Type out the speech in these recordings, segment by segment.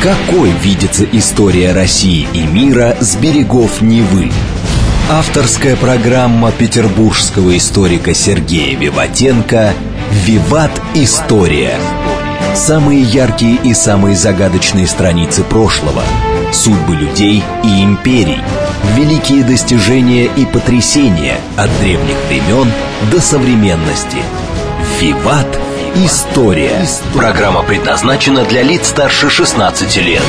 Какой видится история России и мира с берегов Невы? Авторская программа петербургского историка Сергея Виватенко «Виват. История». Самые яркие и самые загадочные страницы прошлого, судьбы людей и империй, великие достижения и потрясения от древних времен до современности. «Виват. История». Программа предназначена для лиц старше 16 лет.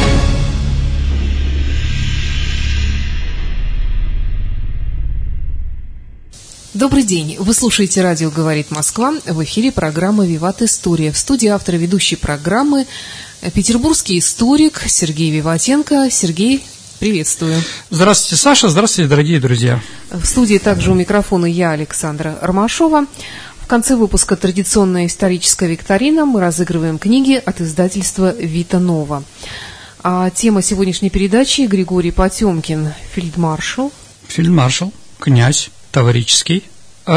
Добрый день. Вы слушаете радио «Говорит Москва». В эфире программа «Виват. История». В студии автор ведущей программы петербургский историк Сергей Виватенко. Сергей, приветствую. Здравствуйте, Саша. Здравствуйте, дорогие друзья. В студии также у микрофона я, Александра Ромашова. В конце выпуска традиционная историческая викторина. Мы разыгрываем книги от издательства «Вита Нова». А тема сегодняшней передачи — Григорий Потемкин, фельдмаршал. Фельдмаршал, князь, таврический.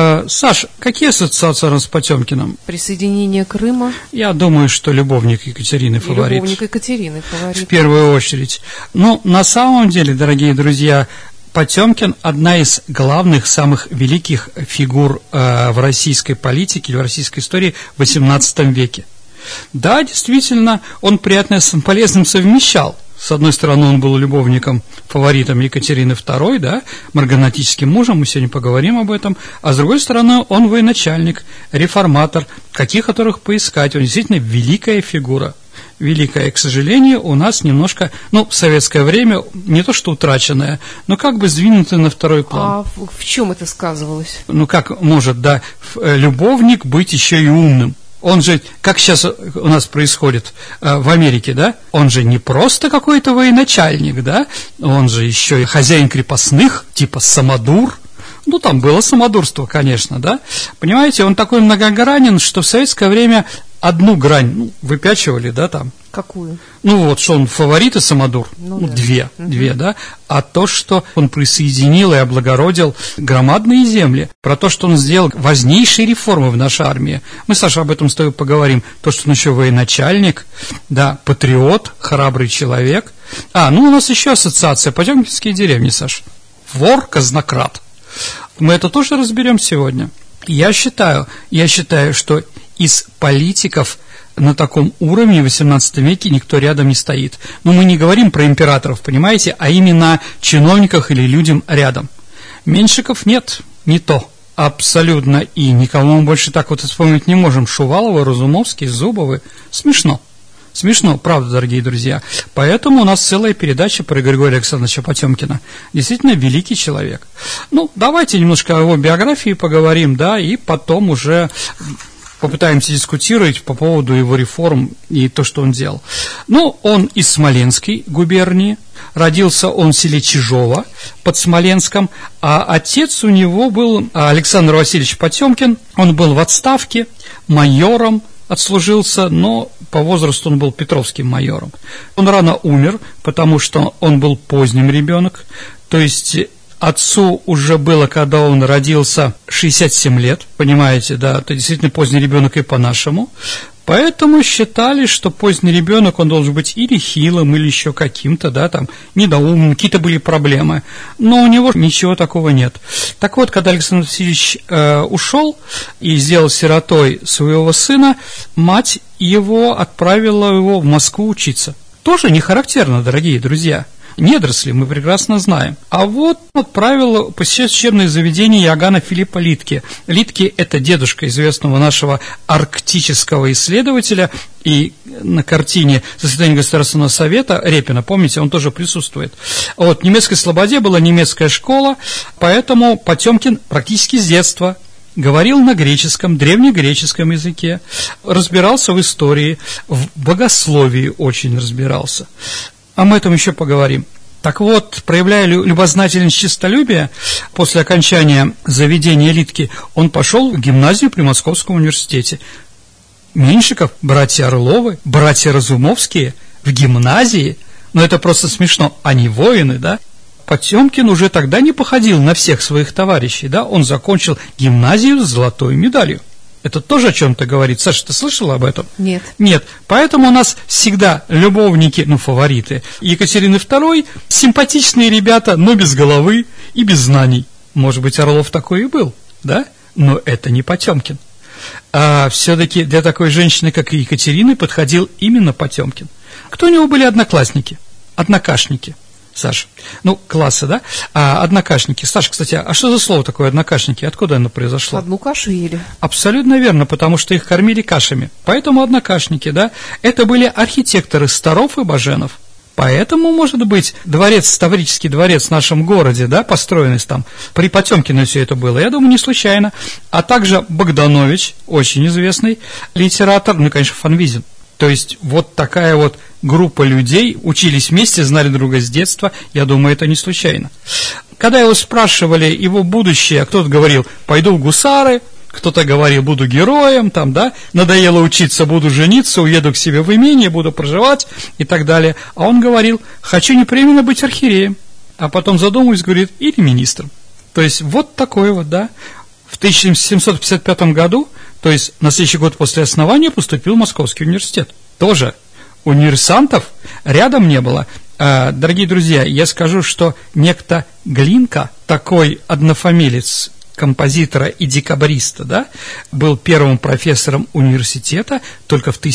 Саш, какие ассоциации у нас с Потемкиным? Присоединение Крыма. Я думаю, что любовник Екатерины фаворит. Любовник Екатерины фаворит. В первую очередь. Ну, на самом деле, дорогие друзья, Потемкин – одна из главных, самых великих фигур в российской политике или в российской истории в XVIII веке. Да, действительно, он приятное с полезным совмещал. С одной стороны, он был любовником, фаворитом Екатерины II, да, марганатическим мужем, мы сегодня поговорим об этом, а с другой стороны, он военачальник, реформатор, каких которых поискать, он действительно великая фигура. Великая, к сожалению, у нас немножко, в советское время не то что утраченное, но как бы сдвинутое на второй план. А в чем это сказывалось? Как может, любовник быть еще и умным? Он же, как сейчас у нас происходит в Америке, да, он же не просто какой-то военачальник, да, он же еще и хозяин крепостных, типа самодур. Там было самодурство, конечно, да. Понимаете, он такой многогранен, что в советское время одну грань выпячивали, да, там. Какую? Что он фаворит и самодур. Две, да. А то, что он присоединил и облагородил громадные земли, про то, что он сделал важнейшие реформы в нашей армии. Мы, Саша, об этом с тобой поговорим. То, что он еще военачальник, да, патриот, храбрый человек. У нас еще ассоциация. Потемкинские деревни, Саша. Вор, казнократ. Мы это тоже разберем сегодня. Я считаю, что из политиков на таком уровне в XVIII веке никто рядом не стоит. Но мы не говорим про императоров, понимаете, а именно о чиновниках или людям рядом. Меньшиков нет, не то. Абсолютно. И никому мы больше так вспомнить не можем. Шуваловы, Разумовские, Зубовы. Смешно. Смешно, правда, дорогие друзья. Поэтому у нас целая передача про Григория Александровича Потемкина. Действительно великий человек. Давайте немножко о его биографии поговорим, да, и потом уже попытаемся дискутировать по поводу его реформ и то, что он делал. Он из Смоленской губернии. Родился он в селе Чижово под Смоленском, а отец у него был Александр Васильевич Потемкин. Он был в отставке, майором отслужился, но по возрасту он был петровским майором. Он рано умер, потому что он был поздним ребенок, то есть отцу уже было, когда он родился, 67 лет, понимаете, да, это действительно поздний ребенок и по-нашему. Поэтому считали, что поздний ребенок, он должен быть или хилым, или еще каким-то, да, там, недоумным, какие-то были проблемы. Но у него ничего такого нет. Так вот, когда Александр Васильевич ушел и сделал сиротой своего сына, мать его отправила его в Москву учиться. Тоже не характерно, дорогие друзья. Недоросли, мы прекрасно знаем. А вот отправил посещать учебное заведение Иоганна Филиппа Литке. Литке – это дедушка известного нашего арктического исследователя, и на картине «Заседание Государственного совета» Репина, помните, он тоже присутствует. В немецкой Слободе была немецкая школа, поэтому Потемкин практически с детства говорил на греческом, древнегреческом языке, разбирался в истории, в богословии очень разбирался. А мы об этом еще поговорим. Так вот, проявляя любознательность, честолюбие, после окончания заведения Литки, он пошел в гимназию при Московском университете. Меньшиков, братья Орловы, братья Разумовские в гимназии, это просто смешно, они воины, да? Потемкин уже тогда не походил на всех своих товарищей, да? Он закончил гимназию с золотой медалью. Это тоже о чем-то говорит. Саша, ты слышала об этом? Нет. Нет. Поэтому у нас всегда любовники, фавориты Екатерины II, симпатичные ребята, но без головы и без знаний. Может быть, Орлов такой и был, да? Но это не Потемкин. А все-таки для такой женщины, как и Екатерины, подходил именно Потемкин. Кто у него были одноклассники? Однокашники. Саша. Классы, да? Однокашники. Саша, кстати, а что за слово такое однокашники? Откуда оно произошло? Одну кашу ели. Абсолютно верно, потому что их кормили кашами. Поэтому однокашники, да? Это были архитекторы Старов и Баженов. Поэтому, может быть, дворец, Таврический дворец в нашем городе, да, построенный там, при Потемкине все это было, я думаю, не случайно. А также Богданович, очень известный литератор, и, конечно, Фанвизин. То есть вот такая вот группа людей учились вместе, знали друга с детства, я думаю, это не случайно. Когда его спрашивали его будущее, кто-то говорил, пойду в гусары, кто-то говорил, буду героем, там, да, надоело учиться, буду жениться, уеду к себе в имение, буду проживать и так далее. А он говорил, хочу непременно быть архиереем, а потом задумываюсь, говорит, или министром. То есть вот такой вот, да. В 1755 году, то есть на следующий год после основания, поступил в Московский университет. Тоже универсантов рядом не было. Дорогие друзья, я скажу, что некто Глинка, такой однофамилец композитора и декабриста, да, был первым профессором университета только в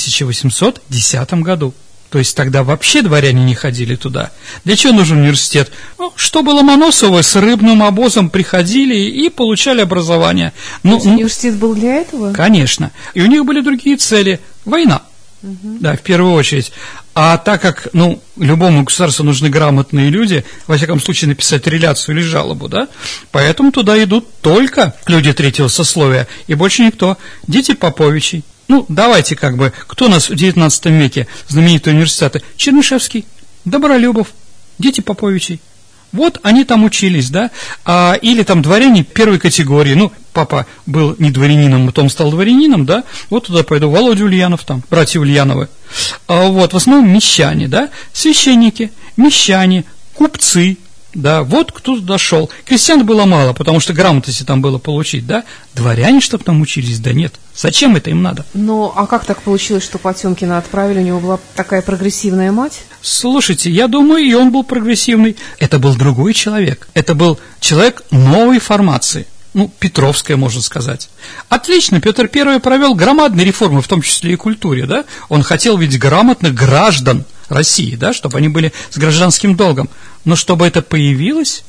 1810 году. То есть тогда вообще дворяне не ходили туда. Для чего нужен университет? Чтобы Ломоносовы с рыбным обозом приходили и получали образование. Университет был для этого? Конечно. И у них были другие цели. Война. Да, в первую очередь. А так как, любому государству нужны грамотные люди, во всяком случае, написать реляцию или жалобу, да, поэтому туда идут только люди третьего сословия, и больше никто. Дети Поповичей. Давайте кто у нас в 19 веке знаменитые университеты? Чернышевский, Добролюбов, дети Поповичей. Вот они там учились, да, или там дворяне первой категории, папа был не дворянином, потом стал дворянином, да, вот туда пойду, Володя Ульянов там, братья Ульяновы, в основном мещане, да, священники, мещане, купцы, да, вот кто туда шел. Крестьян было мало, потому что грамотности там было получить, да, дворяне, чтобы там учились, да нет, зачем это им надо? А как так получилось, что Потемкина отправили, у него была такая прогрессивная мать? Слушайте, я думаю, и он был прогрессивный. Это был другой человек. Это был человек новой формации. Петровская, можно сказать. Отлично, Петр I провел громадные реформы, в том числе и культуре, да? Он хотел видеть грамотных граждан России, да, чтобы они были с гражданским долгом. Но чтобы это появилось,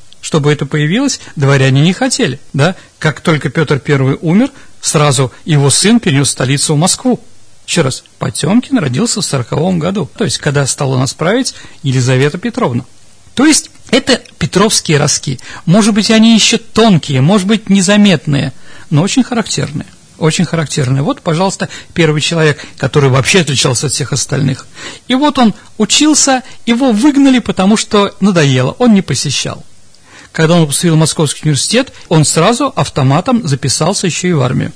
дворяне не хотели, да? Как только Петр I умер, сразу его сын перенес столицу в Москву. Еще раз, Потемкин родился в 40-м году, то есть когда стала у нас править Елизавета Петровна. То есть это петровские ростки. Может быть, они еще тонкие, может быть, незаметные, но очень характерные. Очень характерные. Вот, пожалуйста, первый человек, который вообще отличался от всех остальных. И вот он учился, его выгнали, потому что надоело, он не посещал. Когда он поступил в Московский университет, он сразу автоматом записался еще и в армию.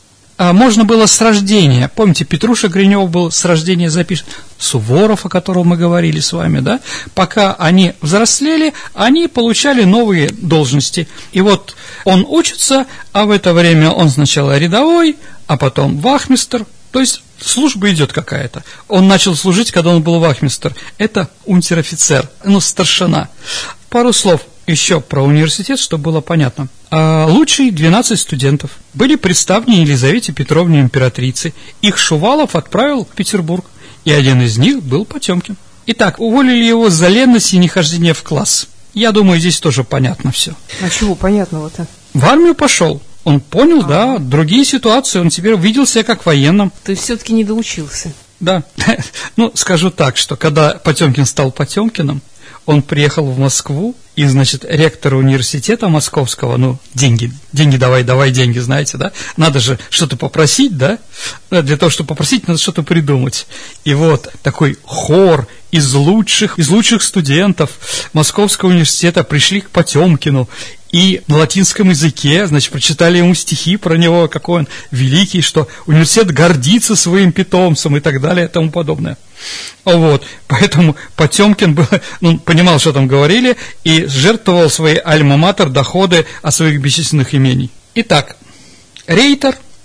Можно было с рождения, помните, Петруша Гринев был с рождения записан, Суворов, о котором мы говорили с вами, да, пока они взрослели, они получали новые должности, и вот он учится, а в это время он сначала рядовой, а потом вахмистр, то есть служба идет какая-то. Он начал служить, когда он был вахмистр, это унтер-офицер, старшина. Пару слов еще про университет, чтобы было понятно. Лучшие 12 студентов были представлены Елизавете Петровне императрице. Их Шувалов отправил в Петербург, и один из них был Потемкин. Итак, уволили его за ленность и нехождение в класс. Я думаю, здесь тоже понятно все. А чего понятного-то? В армию пошел. Он понял, да, другие ситуации, он теперь видел себя как военным. То есть все-таки не доучился? Да. Скажу так, что когда Потемкин стал Потемкиным, он приехал в Москву, и, значит, ректор университета московского, деньги давай деньги, знаете, да, надо же что-то попросить, да, для того, чтобы попросить, надо что-то придумать. И вот такой хор из лучших студентов Московского университета пришли к Потемкину, и на латинском языке, значит, прочитали ему стихи про него, какой он великий, что университет гордится своим питомцем и так далее и тому подобное. Вот, поэтому Потемкин понимал, что там говорили, и жертвовал своей альма-матер доходы от своих бесчисленных имений. Итак, рейтор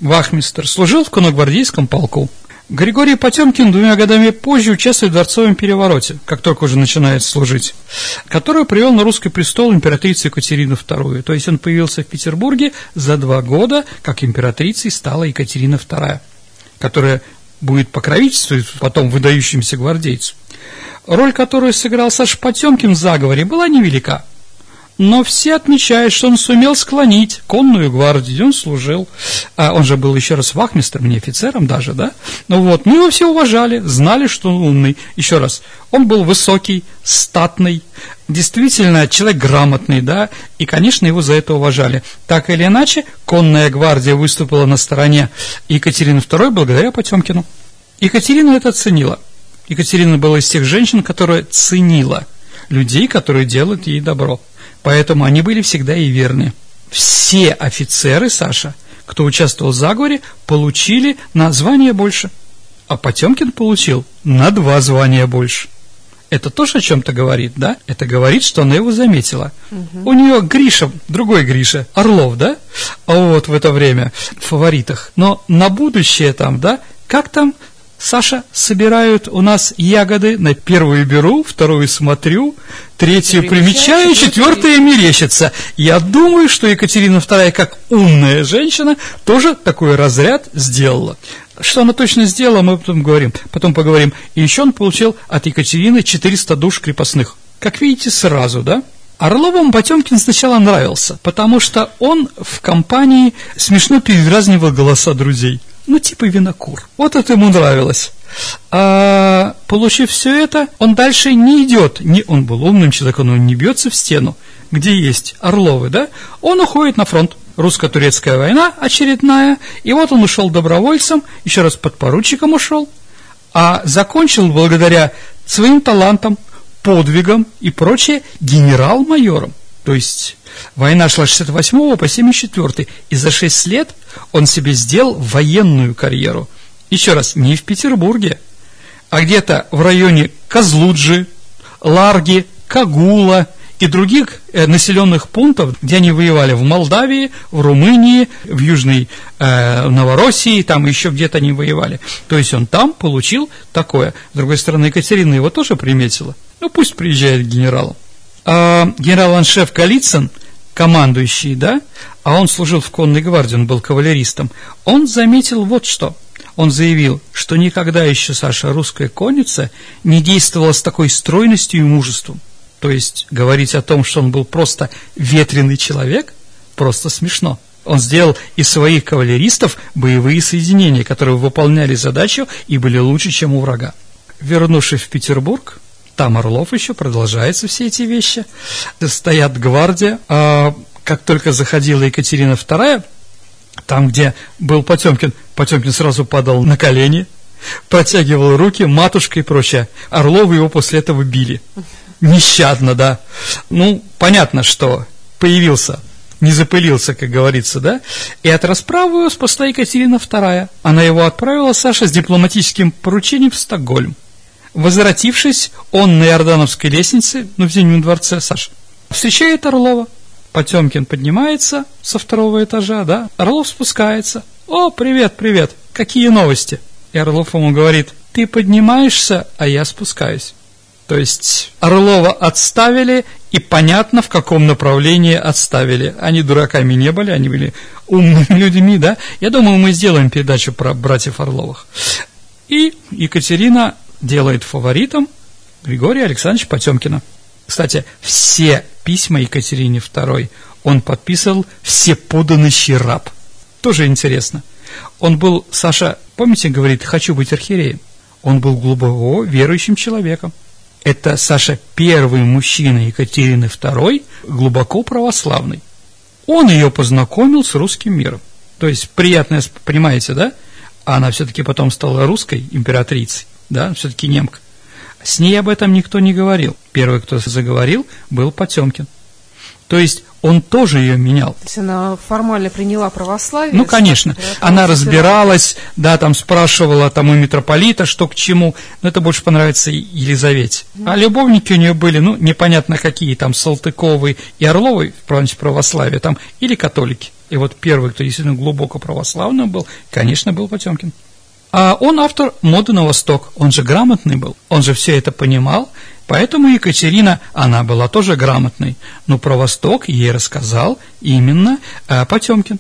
вахмистр, служил в конногвардейском полку. Григорий Потемкин 2 годами позже участвует в дворцовом перевороте, как только уже начинает служить, который привел на русский престол императрицу Екатерину II. То есть он появился в Петербурге за 2 года, как императрицей стала Екатерина II, которая будет покровительствовать потом выдающимся гвардейцу. Роль, которую сыграл Саша Потемкин в заговоре, была невелика. Но все отмечают, что он сумел склонить конную гвардию, где он служил. Он же был еще раз вахмистром, не офицером даже, да? Ну, его все уважали, знали, что он умный. Еще раз, он был высокий, статный, действительно человек грамотный, да? И, конечно, его за это уважали. Так или иначе, конная гвардия выступила на стороне Екатерины II благодаря Потемкину. Екатерина это ценила. Екатерина была из тех женщин, которая ценила людей, которые делают ей добро. Поэтому они были всегда ей верны. Все офицеры, Саша, кто участвовал в заговоре, получили на звание больше. А Потемкин получил на 2 звания больше. Это тоже о чем-то говорит, да? Это говорит, что она его заметила. У нее Гриша, другой Гриша, Орлов, да? А вот в это время в фаворитах. Но на будущее там, да? Как там, Саша, собирают у нас ягоды, на 1-ю беру, 2-ю смотрю, 3-ю примечаю, 4-я мерещится. Я думаю, что Екатерина II, как умная женщина, тоже такой разряд сделала. Что она точно сделала, мы потом поговорим. И еще он получил от Екатерины 400 душ крепостных. Как видите, сразу, да? Орлову Потемкин сначала нравился, потому что он в компании смешно передразнивал голоса друзей. Ну, типа Винокур. Вот это ему нравилось. А получив все это, он дальше не идет. Он был умным человеком, он не бьется в стену, где есть Орловы, да? Он уходит на фронт. Русско-турецкая война очередная. И вот он ушел добровольцем, еще раз подпоручиком ушел, а закончил благодаря своим талантам, подвигам и прочее генерал-майором. То есть война шла с 68 по 74, и за 6 лет он себе сделал военную карьеру. Еще раз, не в Петербурге, а где-то в районе Козлуджи, Ларги, Кагула и других населенных пунктов, где они воевали в Молдавии, в Румынии, в Южной Новороссии, там еще где-то они воевали. То есть он там получил такое. С другой стороны, Екатерина его тоже приметила. Ну, пусть приезжает к генералу. Генерал-аншеф Голицын, командующий, да, а он служил в конной гвардии, он был кавалеристом, он заметил вот что. Он заявил, что никогда еще, Саша, русская конница не действовала с такой стройностью и мужеством. То есть говорить о том, что он был просто ветреный человек, просто смешно. Он сделал из своих кавалеристов боевые соединения, которые выполняли задачу и были лучше, чем у врага. Вернувшись в Петербург, там Орлов еще, продолжаются все эти вещи. Стоят гвардия. Как только заходила Екатерина II, там, где был Потемкин, Потемкин сразу падал на колени, протягивал руки, матушка и прочее. Орловы его после этого били. Нещадно, да. Ну, понятно, что появился, не запылился, как говорится, да. И от расправы его спасла Екатерина II. Она его отправила, Саша, с дипломатическим поручением в Стокгольм. Возвратившись, он на Иордановской лестнице, в Зимнем дворце, Саша, встречает Орлова. Потемкин поднимается со 2-го этажа, да, Орлов спускается. О, привет, привет, какие новости? И Орлов ему говорит, ты поднимаешься, а я спускаюсь. То есть Орлова отставили, и понятно, в каком направлении отставили. Они дураками не были, они были умными людьми, да. Я думаю, мы сделаем передачу про братьев Орловых. И Екатерина делает фаворитом Григория Александровича Потемкина. Кстати, все письма Екатерине II он подписывал всеподданный раб. Тоже интересно. Он был, Саша, помните, говорит, хочу быть архиереем. Он был глубоко верующим человеком. Это, Саша, первый мужчина Екатерины II, глубоко православный. Он ее познакомил с русским миром. То есть, приятно, понимаете, да? Она все-таки потом стала русской императрицей. Да, все-таки немка. С ней об этом никто не говорил. Первый, кто заговорил, был Потемкин. То есть он тоже ее менял. То есть она формально приняла православие? Ну, конечно. Она разбиралась, да, там спрашивала там у митрополита, что к чему. Но это больше понравится Елизавете. А любовники у нее были, непонятно какие, там Салтыковы и Орловы в православии, там, или католики. И вот первый, кто действительно глубоко православным был, конечно, был Потемкин. А он автор «Моды на Восток». Он же грамотный был, он же все это понимал. Поэтому Екатерина, она была тоже грамотной. Но про Восток ей рассказал именно Потемкин.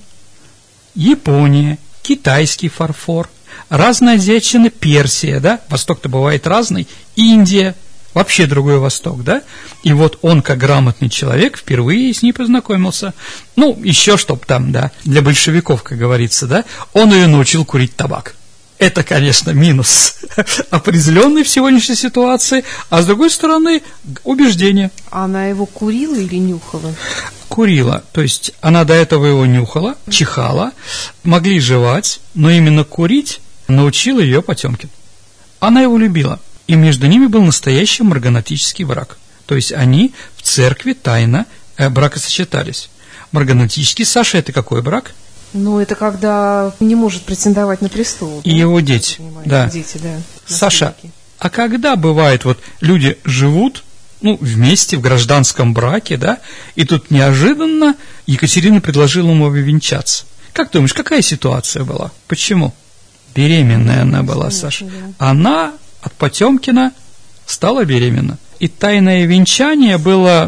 Япония, китайский фарфор, разная азиатчина, Персия, да? Восток-то бывает разный. Индия, вообще другой Восток, да? И вот он, как грамотный человек, впервые с ней познакомился. Ну, еще чтоб там, да, для большевиков, как говорится, да? Он ее научил курить табак. Это, конечно, минус определенный в сегодняшней ситуации, а с другой стороны, убеждение. Она его курила или нюхала? Курила, то есть она до этого его нюхала, чихала, могли жевать, но именно курить научил ее Потемкин. Она его любила, и между ними был настоящий марганатический брак. То есть они в церкви тайно бракосочетались. Марганатический, Саша, это какой брак? Ну, это когда не может претендовать на престол. И да? Его дети, да. Дети, да. Саша, а когда бывает, вот люди живут, ну, вместе в гражданском браке, да, и тут неожиданно Екатерина предложила ему венчаться. Как думаешь, какая ситуация была? Почему? Беременная она была, Саша. Она от Потемкина стала беременна. И тайное венчание было,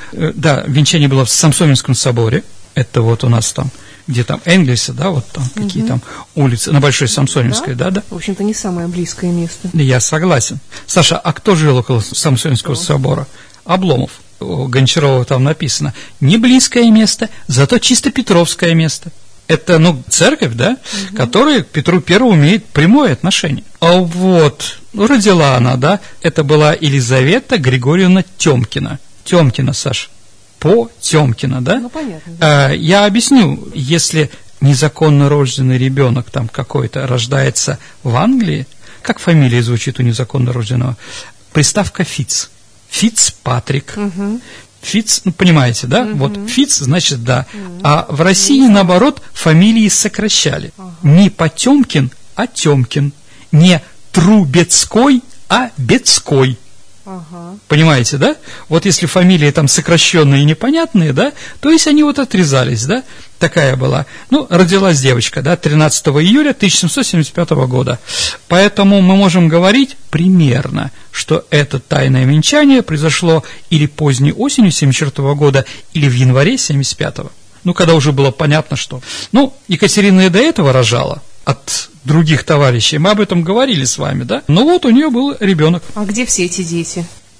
венчание было в Самсоневском соборе. Это вот у нас там, где там Энгельса, да, вот там, какие там улицы, на Большой Самсоневской, да. В общем-то, не самое близкое место. Я согласен. Саша, а кто жил около Самсоневского собора? Обломов. У Гончарова там написано. Не близкое место, зато чисто петровское место. Это, церковь, да, которая к Петру Первому имеет прямое отношение. А вот, родила она, да, это была Елизавета Григорьевна Тёмкина. Тёмкина, Саша. Потемкина, да? Ну, понятно. Да. Я объясню, если незаконно рожденный ребенок там какой-то рождается в Англии, как фамилия звучит у незаконно рожденного? Приставка Фитц. Фитцпатрик. Фитц, понимаете, да? Вот Фитц, значит, да. А в России, наоборот, фамилии сокращали. Не Потемкин, а Тёмкин. Не Трубецкой, а Бецкой. Понимаете, да? Вот если фамилии там сокращенные и непонятные, да, то есть они вот отрезались, да? Такая была. Родилась девочка, да, 13 июля 1775 года. Поэтому мы можем говорить примерно, что это тайное венчание произошло или поздней осенью 74 года, или в январе 75-го. Когда уже было понятно, что... Екатерина и до этого рожала от других товарищей, мы об этом говорили с вами, да? Вот у нее был ребенок. А где все эти дети?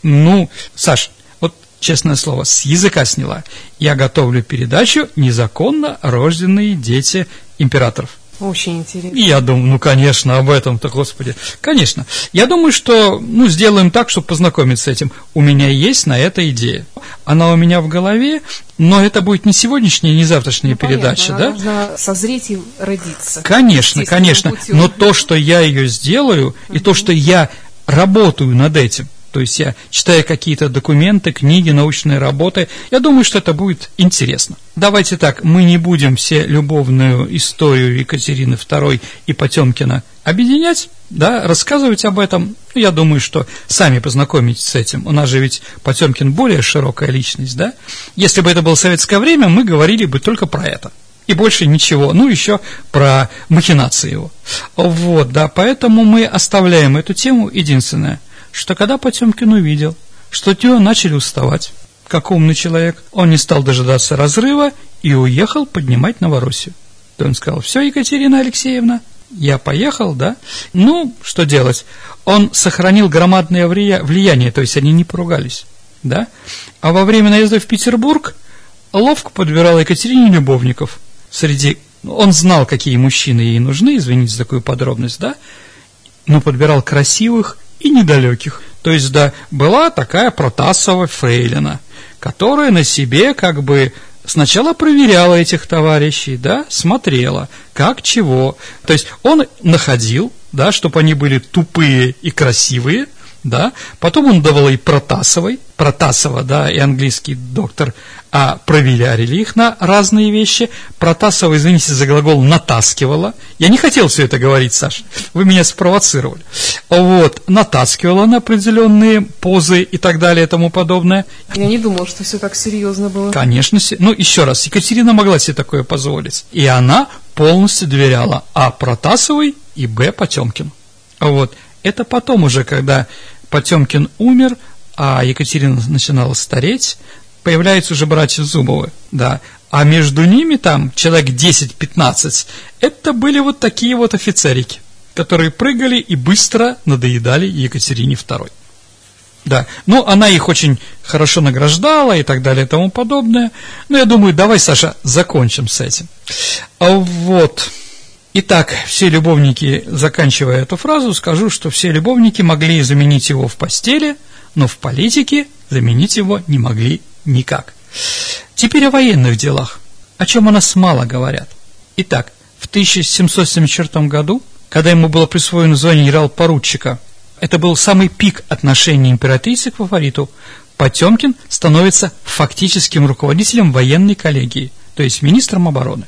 Саш, вот честное слово, с языка сняла. Я готовлю передачу «Незаконно рожденные дети императоров». Очень интересно. И я думаю, конечно, об этом-то, господи. Конечно. Я думаю, что, сделаем так, чтобы познакомиться с этим. У меня есть на это идея. Она у меня в голове, но это будет не сегодняшняя, не завтрашняя передача, понятно, да? Она должна созреть и родиться. Конечно. Но то, что я ее сделаю, и то, что я работаю над этим, то есть я читаю какие-то документы, книги, научные работы, я думаю, что это будет интересно. Давайте так, мы не будем все любовную историю Екатерины II и Потемкина объединять, да, рассказывать об этом. Я думаю, что сами познакомитесь с этим. У нас же ведь Потемкин более широкая личность, да? Если бы это было советское время, мы говорили бы только про это. И больше ничего, еще про махинации его. Вот, да, поэтому мы оставляем эту тему. Единственное, что когда Потемкин увидел, что от него начали уставать, как умный человек, он не стал дожидаться разрыва и уехал поднимать Новороссию. То он сказал: все, Екатерина Алексеевна, я поехал, да? Что делать? Он сохранил громадное влияние, то есть они не поругались, да? А во время наезда в Петербург ловко подбирал Екатерине любовников. Он знал, какие мужчины ей нужны, извините за такую подробность, да? Но подбирал красивых и недалеких. То есть, да, была такая Протасова фрейлина, которая на себе сначала проверяла этих товарищей, да, смотрела, как чего. То есть он находил, да, чтобы они были тупые и красивые, да, потом он давал и Протасова, да, и английский доктор, проверяли их на разные вещи. Протасова, извините за глагол, натаскивала. Я не хотел все это говорить, Саша, вы меня спровоцировали. Вот, натаскивала на определенные позы и так далее и тому подобное. Я не думала, что все так серьезно было. Конечно, еще раз, Екатерина могла себе такое позволить. И она полностью доверяла Протасовой и Потемкину. Вот, это потом уже, когда Потемкин умер, а Екатерина начинала стареть, появляются уже братья Зубовы, да, а между ними там человек 10-15, это были вот такие вот офицерики, которые прыгали и быстро надоедали Екатерине II. Да, она их очень хорошо награждала и так далее и тому подобное. Я думаю, давай, Саша, закончим с этим. Вот. Итак, все любовники, заканчивая эту фразу, скажу, что все любовники могли заменить его в постели, но в политике заменить его не могли никак. Теперь о военных делах, о чем у нас мало говорят. Итак, в 1774 году, когда ему было присвоено звание генерал-поручика, это был самый пик отношений императрицы к фавориту, Потемкин становится фактическим руководителем военной коллегии, то есть министром обороны.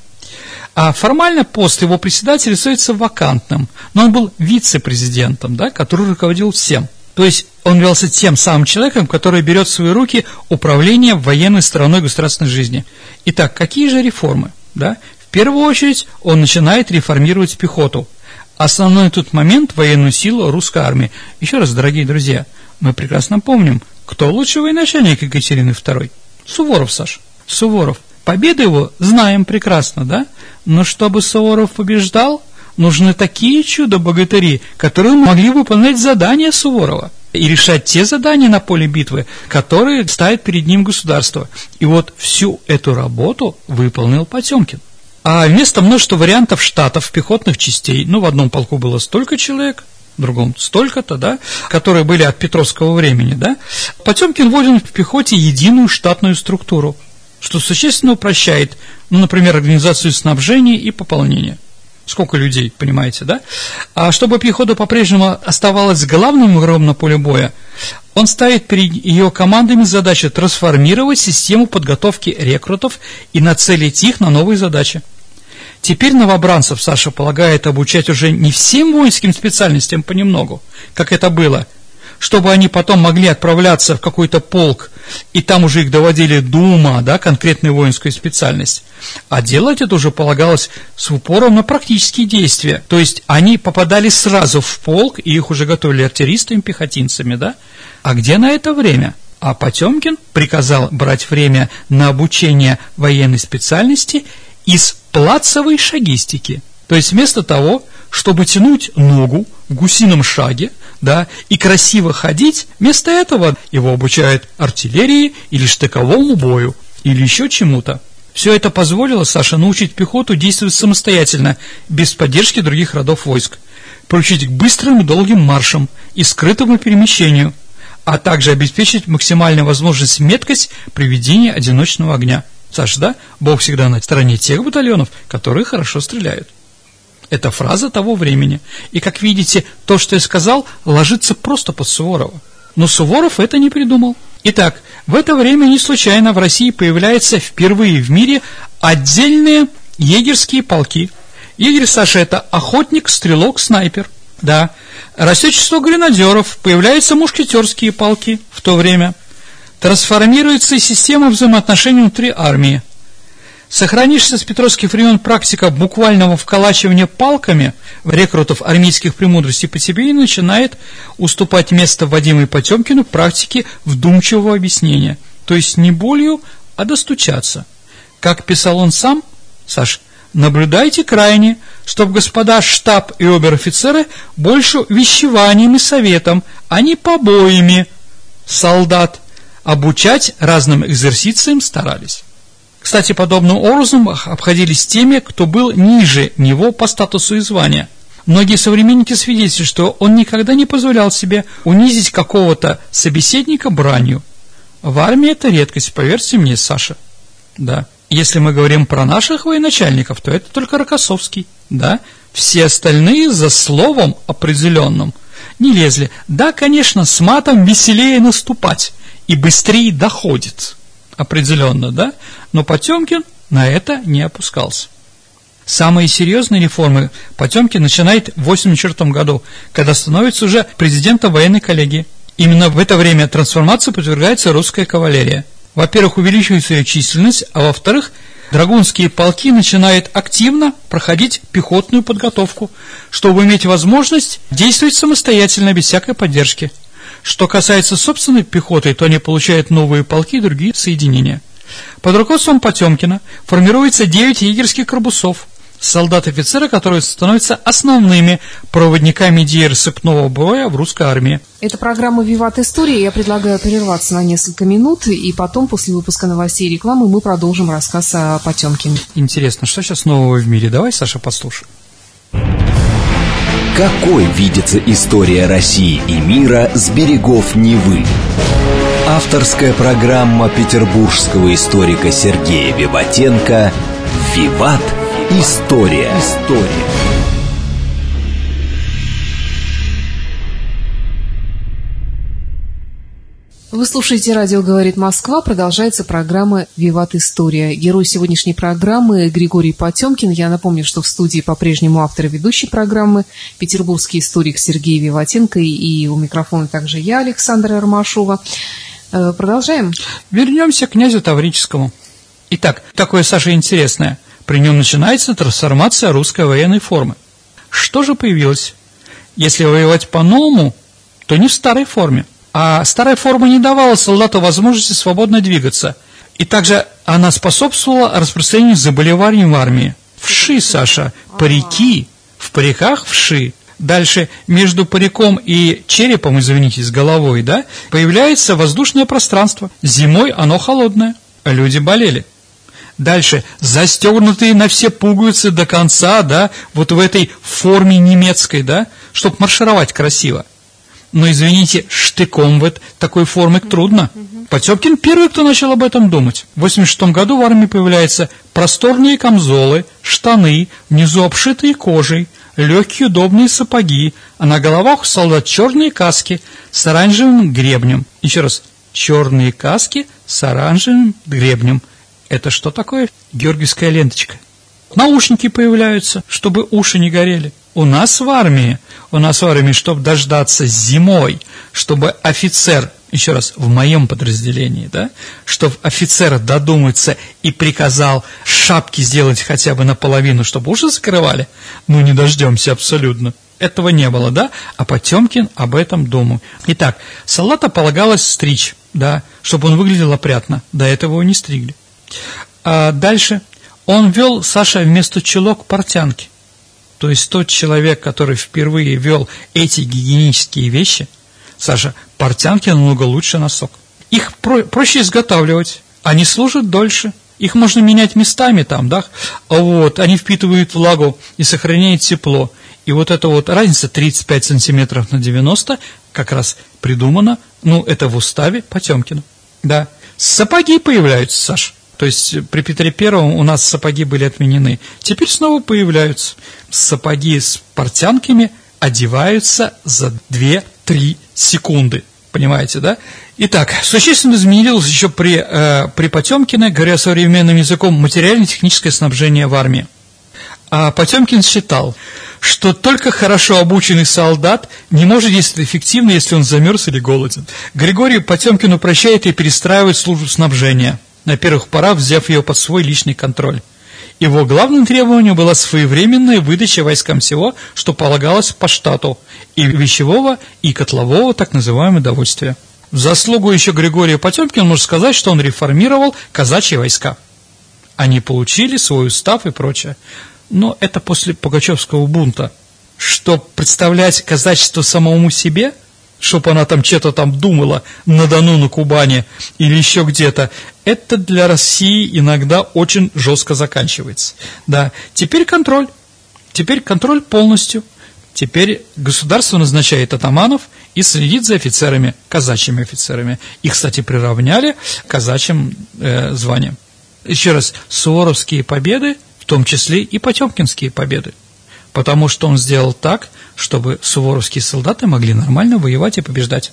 А формально пост его председателя остается вакантным, но он был вице-президентом, да, который руководил всем. То есть он являлся тем самым человеком, который берет в свои руки управление военной стороной государственной жизни. Итак, какие же реформы? Да? В первую очередь он начинает реформировать пехоту. Основной тут момент – военную силу русской армии. Еще раз, дорогие друзья, мы прекрасно помним, кто лучший военачальник Екатерины II? Суворов, Саша, Суворов. Победы его знаем прекрасно, да? Но чтобы Суворов побеждал, нужны такие чудо-богатыри, которые могли выполнять задания Суворова и решать те задания на поле битвы, которые ставит перед ним государство. И вот всю эту работу выполнил Потемкин. А вместо множества вариантов штатов, пехотных частей, в одном полку было столько человек, в другом столько-то, да, которые были от Петровского времени, да, Потемкин вводил в пехоте единую штатную структуру, что существенно упрощает, например, организацию снабжения и пополнения. Сколько людей, понимаете, да? А чтобы пехота по-прежнему оставалась главным игроком на поле боя, он ставит перед ее командами задачу трансформировать систему подготовки рекрутов и нацелить их на новые задачи. Теперь новобранцев Саша полагает обучать уже не всем воинским специальностям понемногу, как это было, чтобы они потом могли отправляться в какой-то полк, и там уже их доводили до ума, да, конкретную воинскую специальность. А делать это уже полагалось с упором на практические действия. То есть они попадали сразу в полк, и их уже готовили артиллеристами, пехотинцами, да. А где на это время? А Потемкин приказал брать время на обучение военной специальности из плацевой шагистики. То есть вместо того, чтобы тянуть ногу в гусином шаге, да, и красиво ходить, вместо этого его обучают артиллерии или штыковому бою, или еще чему-то. Все это позволило Саше научить пехоту действовать самостоятельно, без поддержки других родов войск, приучить к быстрым и долгим маршам и скрытому перемещению, а также обеспечить максимальную возможность меткость при ведении одиночного огня. Саша, да, Бог всегда на стороне тех батальонов, которые хорошо стреляют. Это фраза того времени. И, как видите, то, что я сказал, ложится просто под Суворова. Но Суворов это не придумал. Итак, в это время не случайно в России появляются впервые в мире отдельные егерские полки. Егерь, Саша, это охотник, стрелок, снайпер. Да. Растет число гренадеров, появляются мушкетерские полки в то время. Трансформируется система взаимоотношений внутри армии. Сохранившаяся с петровских времен практика буквального вколачивания палками рекрутов армейских премудростей по себе и начинает уступать место вводимой Потемкину практике вдумчивого объяснения, то есть не болью, а достучаться. Как писал он сам, Саш, наблюдайте крайне, чтоб господа штаб и обер-офицеры больше вещеванием и советом, а не побоями солдат обучать разным экзерсициям старались. Кстати, подобным образом обходились теми, кто был ниже него по статусу и званию. Многие современники свидетельствуют, что он никогда не позволял себе унизить какого-то собеседника бранью. В армии это редкость, поверьте мне, Саша. Да. Если мы говорим про наших военачальников, то это только Рокоссовский. Да. Все остальные за словом определенным не лезли. Да, конечно, с матом веселее наступать и быстрее доходит, определенно, да, но Потемкин на это не опускался. Самые серьезные реформы Потемкин начинает в 1984 году, когда становится уже президентом военной коллегии. Именно в это время трансформации подвергается русская кавалерия. Во-первых, увеличивается ее численность, а во-вторых, драгунские полки начинают активно проходить пехотную подготовку, чтобы иметь возможность действовать самостоятельно, без всякой поддержки. Что касается собственной пехоты, то они получают новые полки и другие соединения. Под руководством Потемкина формируется 9 егерских корпусов, солдат-офицеры, которые становятся основными проводниками идеи рассыпного боя в русской армии. Это программа «Виват История». Я предлагаю прерваться на несколько минут, и потом, после выпуска новостей и рекламы, мы продолжим рассказ о Потемкине. Интересно, что сейчас нового в мире? Давай, Саша, послушаем. Какой видится история России и мира с берегов Невы? Авторская программа петербургского историка Сергея Виватенко «Виват. История». Вы слушаете «Радио говорит Москва». Продолжается программа «Виват История». Герой сегодняшней программы Григорий Потемкин. Я напомню, что в студии по-прежнему автор и ведущий программы, петербургский историк Сергей Виватенко, и у микрофона также я, Александра Ромашова. Продолжаем. Вернемся к князю Таврическому. Итак, такое, Саша, интересное. При нем начинается трансформация русской военной формы. Что же появилось? Если воевать по-новому, то не в старой форме. А старая форма не давала солдату возможности свободно двигаться. И также она способствовала распространению заболеваний в армии. Вши, Саша, парики, в париках вши. Дальше между париком и черепом, извините, с головой, да, появляется воздушное пространство. Зимой оно холодное, а люди болели. Дальше, застегнутые на все пуговицы до конца, да, вот в этой форме немецкой, да, чтобы маршировать красиво. Но, извините, штыком в такой форме трудно. Потемкин первый, кто начал об этом думать. В 1986 году в армии появляются просторные камзолы, штаны, внизу обшитые кожей, легкие удобные сапоги, а на головах у солдат черные каски с оранжевым гребнем. Еще раз, черные каски с оранжевым гребнем. Это что такое? Георгиевская ленточка. Наушники появляются, чтобы уши не горели. У нас в армии, чтобы дождаться зимой, чтобы офицер, еще раз, в моем подразделении, да, чтобы офицер додумается и приказал шапки сделать хотя бы наполовину, чтобы уши закрывали, ну не дождемся абсолютно. Этого не было, да? А Потемкин об этом думал. Итак, солдата полагалось стричь, да, чтобы он выглядел опрятно. До этого его не стригли. А дальше он вел, Саша, вместо чулок портянки. То есть тот человек, который впервые вел эти гигиенические вещи, Саша, портянки намного лучше носок. Их проще изготавливать, они служат дольше, их можно менять местами там, да, вот, они впитывают влагу и сохраняют тепло. И вот эта вот разница 35 сантиметров на 90 как раз придумана, ну, это в уставе Потемкина, да. Сапоги появляются, Саша. То есть при Петре Первом у нас сапоги были отменены. Теперь снова появляются. Сапоги с портянками одеваются за 2-3 секунды. Понимаете, да? Итак, существенно изменилось еще при Потемкине, говоря современным языком, материально-техническое снабжение в армии. А Потемкин считал, что только хорошо обученный солдат не может действовать эффективно, если он замерз или голоден. Григорий Потемкин упрощает и перестраивает службу снабжения, на первых порах взяв ее под свой личный контроль. Его главным требованием была своевременная выдача войскам всего, что полагалось по штату, и вещевого, и котлового, так называемого довольствия. В заслугу еще Григория Потемкина можно сказать, что он реформировал казачьи войска. Они получили свой устав и прочее. Но это после Пугачевского бунта. Чтобы представлять казачество самому себе, чтобы она там что-то там думала на Дону, на Кубани или еще где-то, это для России иногда очень жестко заканчивается. Да, теперь контроль полностью. Теперь государство назначает атаманов и следит за офицерами, казачьими офицерами. Их, кстати, приравняли к казачьим званиям. Еще раз, суворовские победы, в том числе и потемкинские победы. потому что он сделал так, чтобы суворовские солдаты могли нормально воевать и побеждать.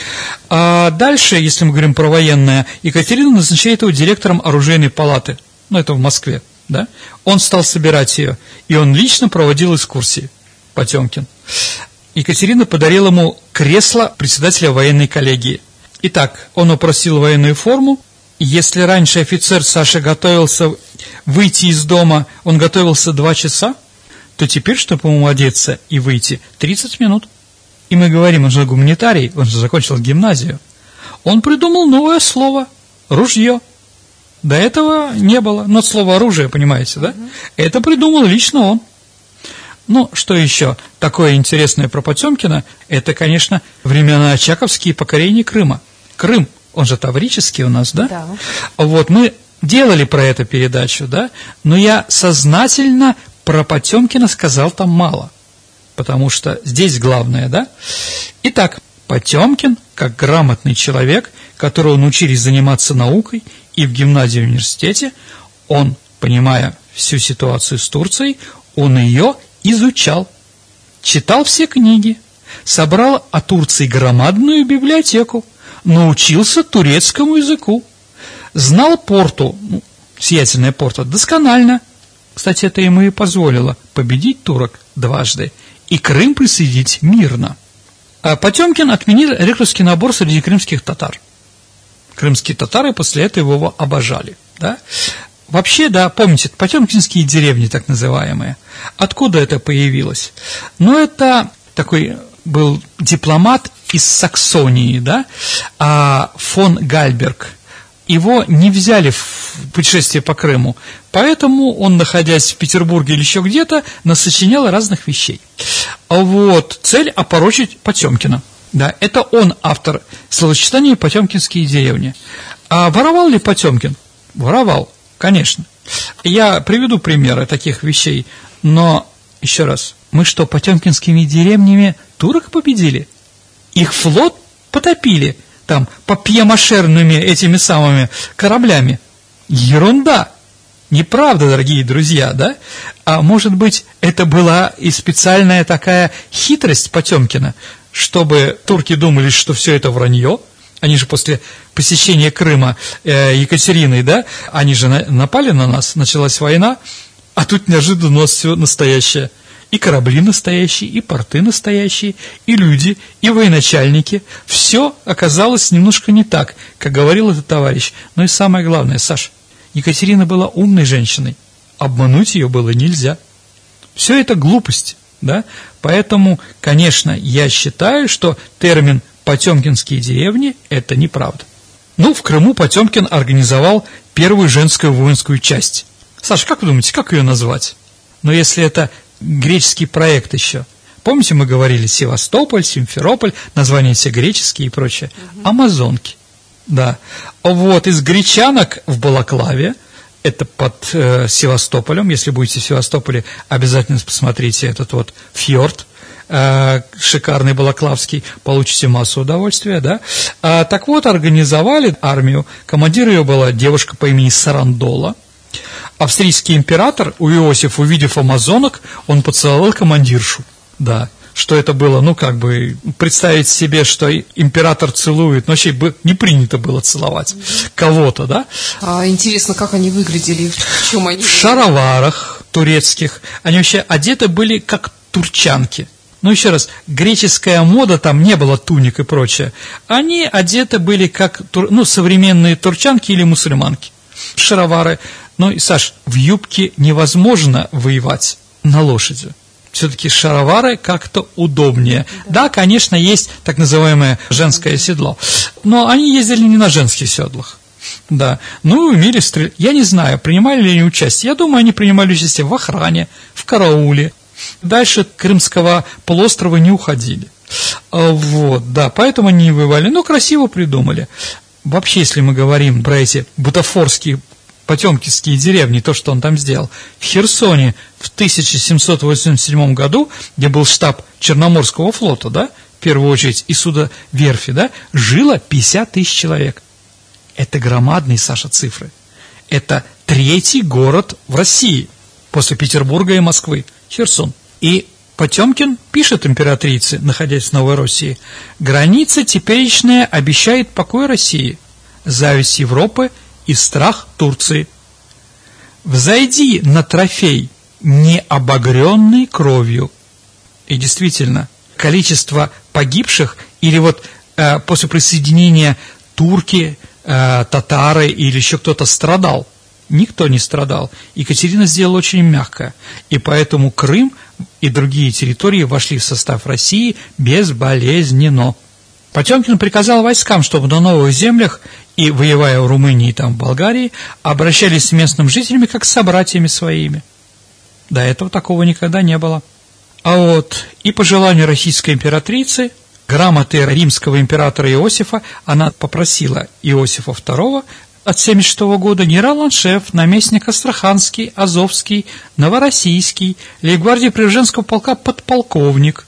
А дальше, если мы говорим про военное, Екатерина назначает его директором оружейной палаты, это в Москве, да? Он стал собирать ее, и он лично проводил экскурсии, Потемкин. Екатерина подарила ему кресло председателя военной коллегии. Итак, он упросил военную форму. Если раньше офицер Саша готовился выйти из дома, он готовился 2 часа, то теперь, чтобы ему одеться и выйти, 30 минут. И мы говорим, он же гуманитарий, он же закончил гимназию. Он придумал новое слово – ружье. До этого не было. Но слово оружие, понимаете, да? Это придумал лично он. Что еще такое интересное про Потемкина? Это, конечно, времена очаковские покорения Крыма. Крым, он же таврический у нас, да? Да. Мы делали про это передачу, да? Но я сознательно про Потемкина сказал там мало. Потому что здесь главное, да? Итак, Потемкин, как грамотный человек, которого научились заниматься наукой и в гимназии и в университете, он, понимая всю ситуацию с Турцией, он ее изучал, читал все книги, собрал о Турции громадную библиотеку, научился турецкому языку, знал Порту, сиятельное Порто, досконально. Кстати, это ему и позволило победить турок дважды и Крым присоединить мирно. А Потемкин отменил рекрутский набор среди крымских татар. Крымские татары после этого его обожали, да? Вообще, да, помните, потемкинские деревни, так называемые. Откуда это появилось? Это такой был дипломат из Саксонии, да, фон Гальберг. Его не взяли в путешествие по Крыму, поэтому он, находясь в Петербурге или еще где-то, насочинял разных вещей. Цель опорочить Потемкина. Да, это он автор словосочетания «потемкинские деревни». А воровал ли Потемкин? Воровал, конечно. Я приведу примеры таких вещей, но, еще раз, мы что, потемкинскими деревнями турок победили? Их флот потопили там папье-машерными этими самыми кораблями? Ерунда! Неправда, дорогие друзья, да? А может быть, это была и специальная такая хитрость Потемкина, чтобы турки думали, что все это вранье. Они же после посещения Крыма Екатериной, да, они же напали на нас, началась война, а тут неожиданно у нас все настоящее. И корабли настоящие, и порты настоящие, и люди, и военачальники. Все оказалось немножко не так, как говорил этот товарищ. Но и самое главное, Саш, Екатерина была умной женщиной, обмануть ее было нельзя. Все это глупость, да? Поэтому, конечно, я считаю, что термин «потемкинские деревни» – это неправда. В Крыму Потемкин организовал первую женскую воинскую часть. Саша, как вы думаете, как ее назвать? Если это греческий проект еще. Помните, мы говорили Севастополь, Симферополь, названия все греческие и прочее. Амазонки. Да. Из гречанок в Балаклаве, это под Севастополем, если будете в Севастополе, обязательно посмотрите этот фьорд, шикарный балаклавский, получите массу удовольствия, да? Организовали армию, командир ее была девушка по имени Сарандола. Австрийский император Иосиф, увидев амазонок, он поцеловал командиршу, да. Что это было, представить себе, что император целует, вообще не принято было целовать кого-то, да? Интересно, как они выглядели, в чем они? В шароварах турецких, они вообще одеты были как турчанки. Еще раз, греческая мода, там не было туник и прочее. Они одеты были как, современные турчанки или мусульманки. Шаровары. Саш, в юбке невозможно воевать на лошади. Все-таки шаровары как-то удобнее. Да, конечно, есть так называемое женское седло, но они ездили не на женских седлах. Да, умели стрелять. Я не знаю, принимали ли они участие. Я думаю, они принимали участие в охране, в карауле. Дальше Крымского полуострова не уходили. Да, поэтому они не воевали. Красиво придумали. Вообще, если мы говорим про эти бутафорские потемкинские деревни, то, что он там сделал, в Херсоне в 1787 году, где был штаб Черноморского флота, да, в первую очередь, и судоверфи, да, жило 50 тысяч человек. Это громадные, Саша, цифры. Это 3-й город в России, после Петербурга и Москвы, Херсон. И Потемкин пишет императрице, находясь в Новороссии: «Граница теперечная обещает покой России, зависть Европы и страх Турции. Взойди на трофей, не обогренный кровью». И действительно, количество погибших, или вот после присоединения турки, татары или еще кто-то страдал, никто не страдал. Екатерина сделала очень мягко, и поэтому Крым и другие территории вошли в состав России безболезненно. Потемкин приказал войскам, чтобы на новых землях и, воевая в Румынии и там в Болгарии, обращались с местными жителями как с собратьями своими. До этого такого никогда не было. А вот и по желанию российской императрицы, грамоты римского императора Иосифа, она попросила Иосифа II от 1976 года генерал-аншеф, наместник Астраханский, Азовский, Новороссийский, лейб-гвардии Преображенского полка подполковник.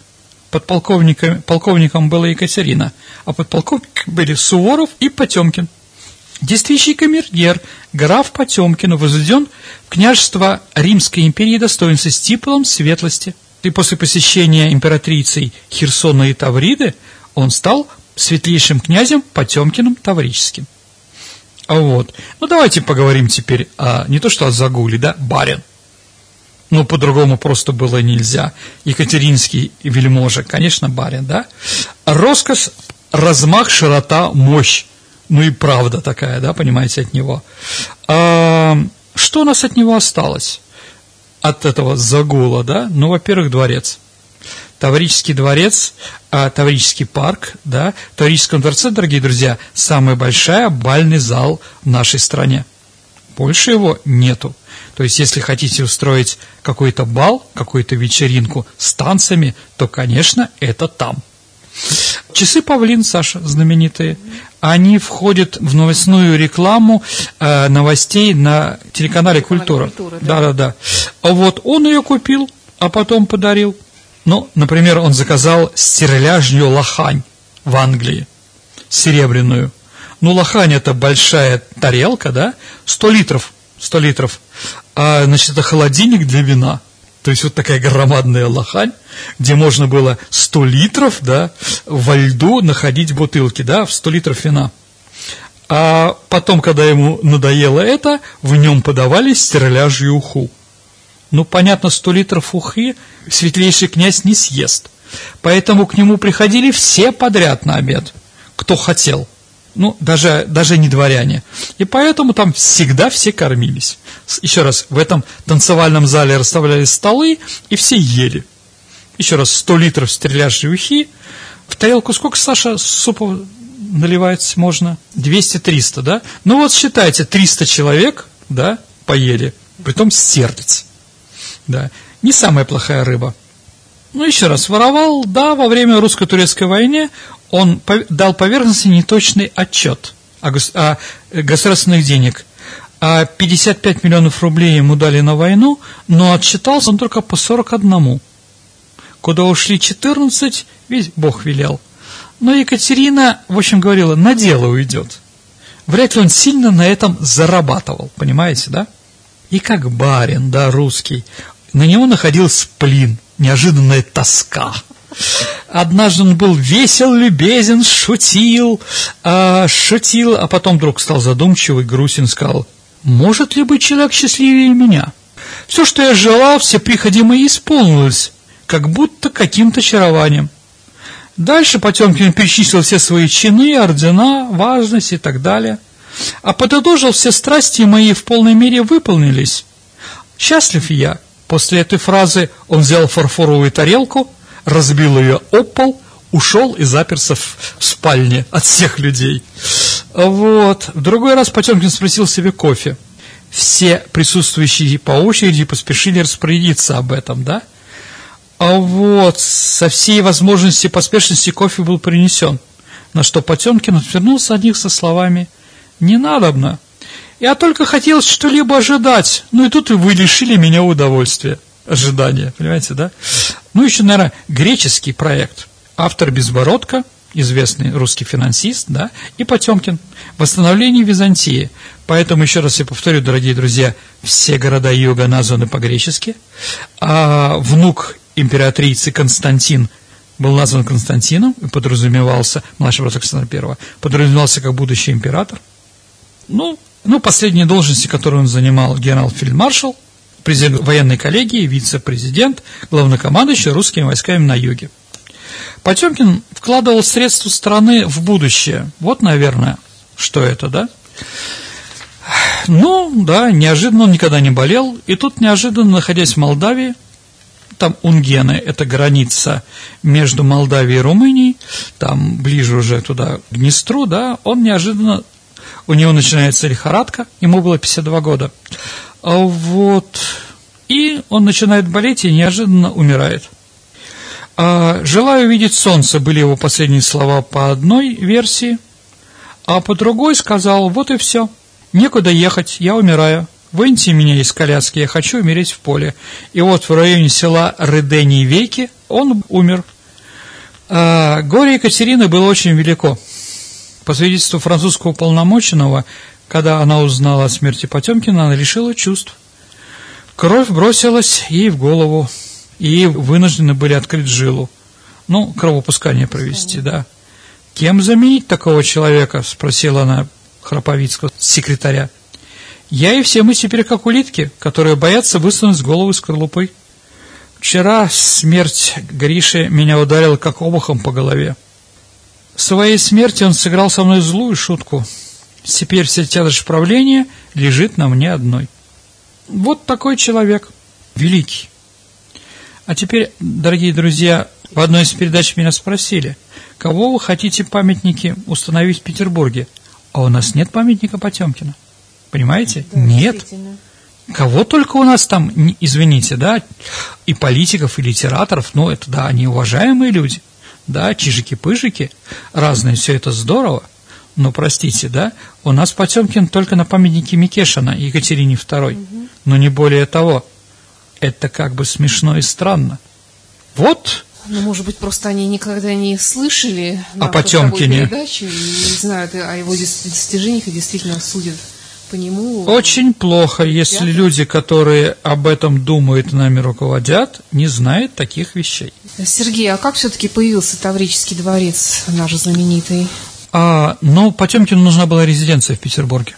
Полковником была Екатерина, а подполковниками были Суворов и Потемкин. Действующий камергер граф Потемкин возведен в княжество Римской империи достоинства с титулом светлости. И после посещения императрицей Херсона и Тавриды он стал светлейшим князем Потемкиным Таврическим. Вот. Ну, давайте поговорим теперь не то что о загуле, да, барин. Ну, по-другому просто было нельзя. Екатеринский вельможа, конечно, барин, да. Роскошь, размах, широта, мощь. Ну и правда такая, да, понимаете, от него. Что у нас от него осталось? От этого загула, да? Ну, во-первых, дворец. Таврический дворец, Таврический парк, да, в Таврическом дворце, дорогие друзья, самый большой бальный зал в нашей стране. Больше его нету. То есть, если хотите устроить какой-то бал, какую-то вечеринку с танцами, то, конечно, это там. Часы Павлин, Саша, знаменитые, они входят в новостную рекламу новостей на телеканале «Культура». Да. Вот он ее купил, а потом подарил. Ну, например, он заказал стерляжью лохань в Англии, серебряную. Ну, лохань – это большая тарелка, да, 100 литров. Значит, это холодильник для вина. То есть, вот такая громадная лохань, где можно было 100 литров, да, во льду находить бутылки, да, в 100 литров вина. А потом, когда ему надоело это, в нем подавали стерляжью уху. Ну, понятно, 100 литров ухи светлейший князь не съест. Поэтому к нему приходили все подряд на обед, кто хотел. Ну, даже не дворяне. И поэтому там всегда все кормились. Еще раз, в этом танцевальном зале расставляли столы, и все ели. Еще раз, 100 литров стерляжьей ухи. В тарелку сколько, Саша, супа наливается можно? 200-300, да? Ну вот считайте, 300 человек, да, поели. Притом стерлиц. Да, не самая плохая рыба. Ну, еще раз, воровал, да, во время русско-турецкой войны он дал поверхности неточный отчет о государственных денег. 55 миллионов рублей ему дали на войну, но отчитался он только по 41. Куда ушли 14, ведь Бог велел. Но Екатерина, в общем, говорила, на дело уйдет. Вряд ли он сильно на этом зарабатывал, понимаете, да? И как барин, да, русский, на него находил сплин, неожиданная тоска. Однажды он был весел, любезен, шутил, а потом вдруг стал задумчивый, грустен, сказал: может ли быть человек счастливее меня? Все, что я желал, все приходи мои исполнилось, как будто каким-то очарованием. Дальше Потемкин перечислил все свои чины, ордена, важность и так далее. А подытожил, все страсти мои в полной мере выполнились. Счастлив я. После этой фразы он взял фарфоровую тарелку, разбил ее об пол, ушел и заперся в спальне от всех людей. Вот. В другой раз Потемкин спросил себе кофе. Все присутствующие по очереди поспешили распорядиться об этом, да? А вот со всей возможности поспешности кофе был принесен, на что Потемкин отвернулся от них со словами: «Не надобно. Я только хотел что-либо ожидать, ну и тут и вы лишили меня удовольствия». Ожидания, понимаете, да? Ну, еще, наверное, греческий проект. Автор Безбородко, известный русский финансист, да, и Потемкин. Восстановление Византии. Поэтому, еще раз я повторю, дорогие друзья, все города юга названы по-гречески. А внук императрицы Константин был назван Константином и подразумевался, младший брат Александра I, подразумевался как будущий император. Ну, последние должности, которые он занимал: генерал-фельдмаршал, президент военной коллегии, вице-президент, главнокомандующий русскими войсками на юге. Потемкин вкладывал средства страны в будущее. Вот, наверное, что это, да? Ну, да, неожиданно он никогда не болел. И тут неожиданно, находясь в Молдавии, там Унгены, это граница между Молдавией и Румынией, там ближе уже туда, к Днестру, да, он неожиданно, у него начинается лихорадка, ему было 52 года. Вот. И он начинает болеть и неожиданно умирает. «Желаю видеть солнце» были его последние слова по одной версии, а по другой сказал: вот и все, некуда ехать, я умираю, выньте меня из коляски, я хочу умереть в поле. И вот в районе села Рыдени-Вейки он умер. Горе Екатерины было очень велико. По свидетельству французского уполномоченного, когда она узнала о смерти Потемкина, она лишила чувств. Кровь бросилась ей в голову, и вынуждены были открыть жилу. Ну, кровопускание провести, да. «Кем заменить такого человека?» – спросила она Храповицкого, секретаря. «Я и все мы теперь как улитки, которые боятся высунуть голову из скорлупы. Вчера смерть Гриши меня ударила как обухом по голове. В своей смерти он сыграл со мной злую шутку. Теперь вся тяжесть правления лежит на мне одной». Вот такой человек, великий. А теперь, дорогие друзья, в одной из передач меня спросили: кого вы хотите памятники установить в Петербурге? А у нас нет памятника Потемкина. Понимаете? Да, нет. Кого только у нас там, извините, да, и политиков, и литераторов, ну, это, да, они уважаемые люди, да, чижики-пыжики, разные, все это здорово, но, простите, да, у нас Потемкин только на памятнике Микешина Екатерине II, но не более того. Это как бы смешно и странно. Вот. Ну, может быть, просто они никогда не слышали о Потемкине передачи и не знают о его достижениях и действительно судят по нему. Очень плохо, если люди, которые об этом думают и нами руководят, не знают таких вещей. Сергей, а как все-таки появился Таврический дворец, наш знаменитый? Ну, Потемкину нужна была резиденция в Петербурге.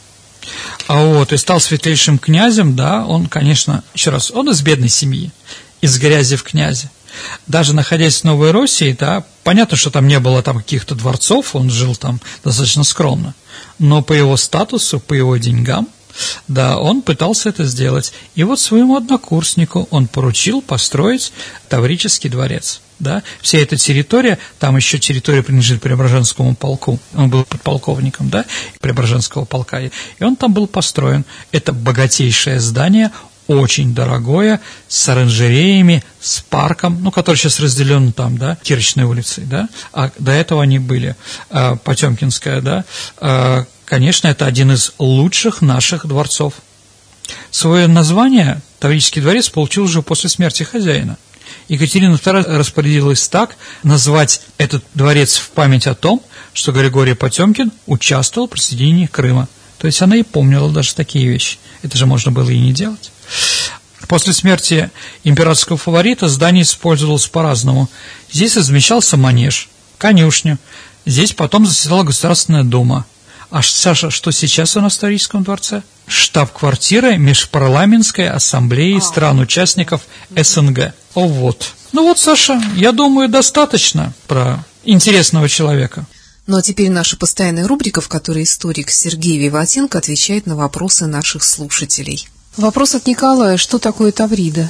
И стал светлейшим князем, да, он, конечно, еще раз, он из бедной семьи, из грязи в князи. Даже находясь в Новой России, да, понятно, что там не было там каких-то дворцов, он жил там достаточно скромно, но по его статусу, по его деньгам, да, он пытался это сделать. И вот своему однокурснику он поручил построить Таврический дворец. Да, вся эта территория, там еще территория принадлежит Преображенскому полку, он был подполковником, да, Преображенского полка, и он там был построен. Это богатейшее здание, очень дорогое, с оранжереями, с парком, ну, который сейчас разделен там, да, Кирочной улицей, да, а до этого они были, Потемкинская, да, конечно, это один из лучших наших дворцов. Свое название Таврический дворец получил уже после смерти хозяина. Екатерина II распорядилась так назвать этот дворец в память о том, что Григорий Потемкин участвовал в присоединении Крыма. То есть она и помнила даже такие вещи. Это же можно было и не делать. После смерти императорского фаворита здание использовалось по-разному. Здесь размещался манеж, конюшня. Здесь потом заседала Государственная Дума. А, Саша, что сейчас у нас в Таврическом дворце? Штаб-квартира Межпарламентской ассамблеи стран-участников СНГ. Вот. Ну вот, Саша, я думаю, достаточно про интересного человека. Ну а теперь наша постоянная рубрика, в которой историк Сергей Виватенко отвечает на вопросы наших слушателей. Вопрос от Николая. Что такое Таврида?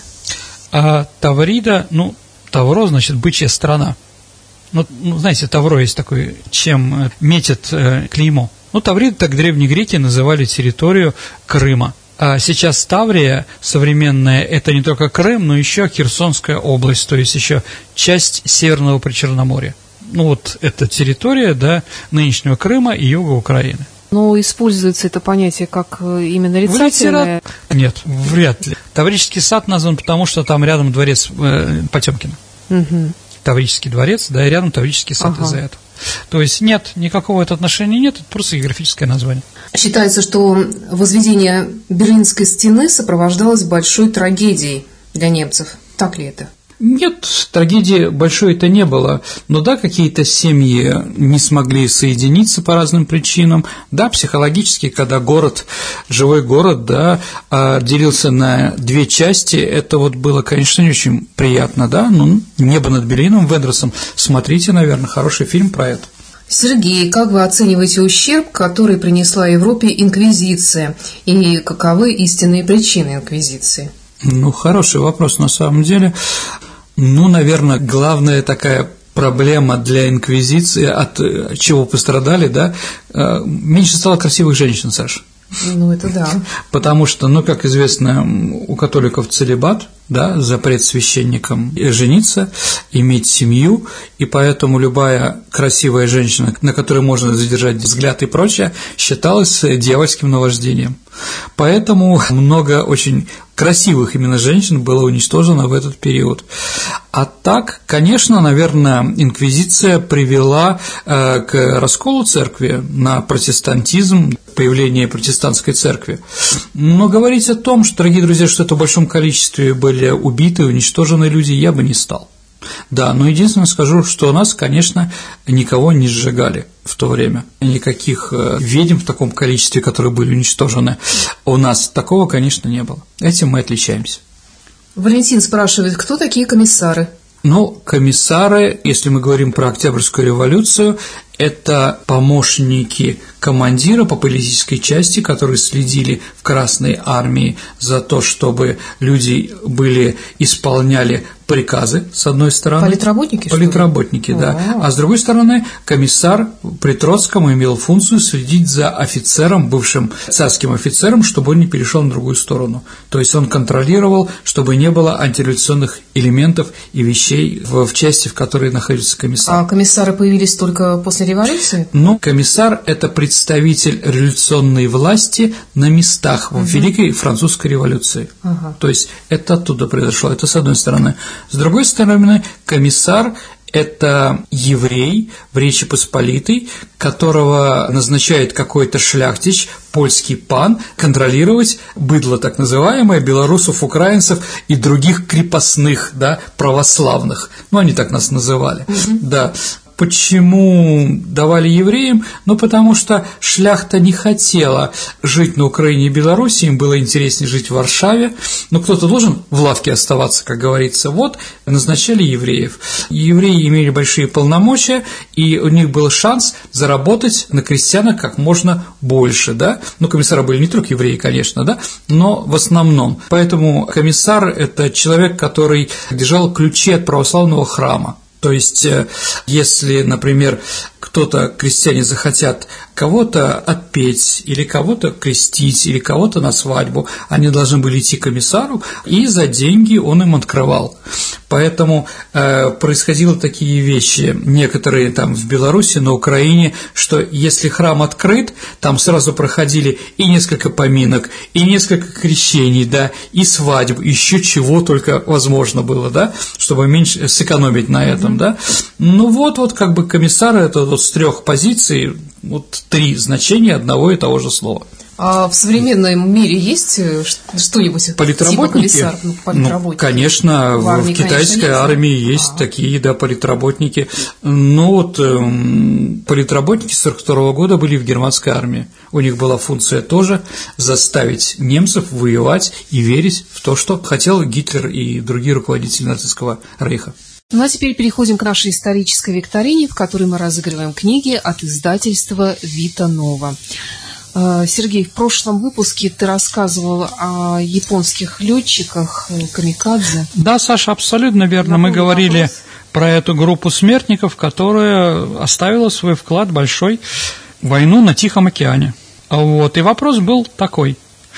Таврида, Тавро, значит, бычья страна. Знаете, Тавро есть такой, чем метят клеймо. Таврида, так древние греки называли территорию Крыма. А сейчас Таврия современная – это не только Крым, но еще Херсонская область, то есть еще часть Северного Причерноморья. Это территория, да, нынешнего Крыма и юга Украины. Но используется это понятие как именно нарицательное? Нет, вряд ли. Таврический сад назван потому, что там рядом дворец Потемкина. Угу. Таврический дворец, да, и рядом Таврический сад из-за этого. То есть нет, никакого этого отношения нет, это просто географическое название. Считается, что возведение Берлинской стены сопровождалось большой трагедией для немцев. Так ли это? Нет, трагедии большой это не было, но да, какие-то семьи не смогли соединиться по разным причинам, да, психологически, когда город, живой город, да, делился на две части, это вот было, конечно, не очень приятно, да, ну, «Небо над Берлином» Вендерсом, смотрите, наверное, хороший фильм про это. Сергей, как вы оцениваете ущерб, который принесла Европе инквизиция, и каковы истинные причины инквизиции? Ну, хороший вопрос на самом деле. Ну, наверное, главная такая проблема для инквизиции, от чего пострадали, да, меньше стало красивых женщин, Саша. Ну, это да. Потому что, ну, как известно, у католиков целибат, да, запрет священникам жениться, иметь семью, и поэтому любая красивая женщина, на которой можно задержать взгляд и прочее, считалась дьявольским наваждением. Поэтому много очень красивых именно женщин было уничтожено в этот период. А так, конечно, наверное, инквизиция привела к расколу церкви на протестантизм, появление протестантской церкви. Но говорить о том, что, дорогие друзья, что это в большом количестве были убиты, уничтожены люди, я бы не стал. Да, но единственное скажу, что у нас, конечно, никого не сжигали в то время. Никаких ведьм в таком количестве, которые были уничтожены, у нас такого, конечно, не было. Этим мы отличаемся. Валентин спрашивает, кто такие комиссары? Ну, комиссары, если мы говорим про Октябрьскую революцию, это помощники командира по политической части, которые следили в Красной армии за то, чтобы люди исполняли приказы, с одной стороны. Политработники, что ли? Политработники, да. А с другой стороны, комиссар при Троцком имел функцию следить за офицером, бывшим царским офицером, чтобы он не перешел на другую сторону. То есть он контролировал, чтобы не было антиреволюционных элементов и вещей в части, в которой находится комиссар. А комиссары появились только после революции? Ну, комиссар – это представитель революционной власти на местах в Великой Французской революции. То есть это оттуда произошло, это с одной стороны. С другой стороны, комиссар – это еврей в Речи Посполитой, которого назначает какой-то шляхтич, польский пан, контролировать быдло так называемое, белорусов, украинцев и других крепостных, да, православных. Ну, они так нас называли, да. Почему давали евреям? Ну, потому что шляхта не хотела жить на Украине и Беларуси, им было интереснее жить в Варшаве, но кто-то должен в лавке оставаться, как говорится. Вот, назначали евреев. Евреи имели большие полномочия, и у них был шанс заработать на крестьянах как можно больше, да. Ну, комиссары были не только евреи, конечно, да, но в основном. Поэтому комиссар – это человек, который держал ключи от православного храма. То есть, если, например, кто-то, крестьяне, захотят кого-то отпеть, или кого-то крестить, или кого-то на свадьбу, они должны были идти к комиссару, и за деньги он им открывал. Поэтому происходило такие вещи, некоторые там в Беларуси, на Украине, что если храм открыт, там сразу проходили и несколько поминок, и несколько крещений, да, и свадьб, еще чего только возможно было, да, чтобы меньше сэкономить на этом, да. Ну вот как бы комиссары – это вот с трех позиций, вот три значения одного и того же слова. А в современном мире есть что-нибудь типа комиссар? Ну, конечно, в китайской армии есть такие, да, политработники. Но вот политработники 1942 года были в германской армии. У них была функция тоже заставить немцев воевать и верить в то, что хотел Гитлер и другие руководители нацистского рейха. Ну а теперь переходим к нашей исторической викторине, в которой мы разыгрываем книги от издательства «Вита Нова». Сергей, в прошлом выпуске ты рассказывал о японских летчиках камикадзе. Да, Саша, абсолютно верно. Мы говорили про эту группу смертников, которая оставила свой вклад большой в войну на Тихом океане. Вот. И вопрос был такой.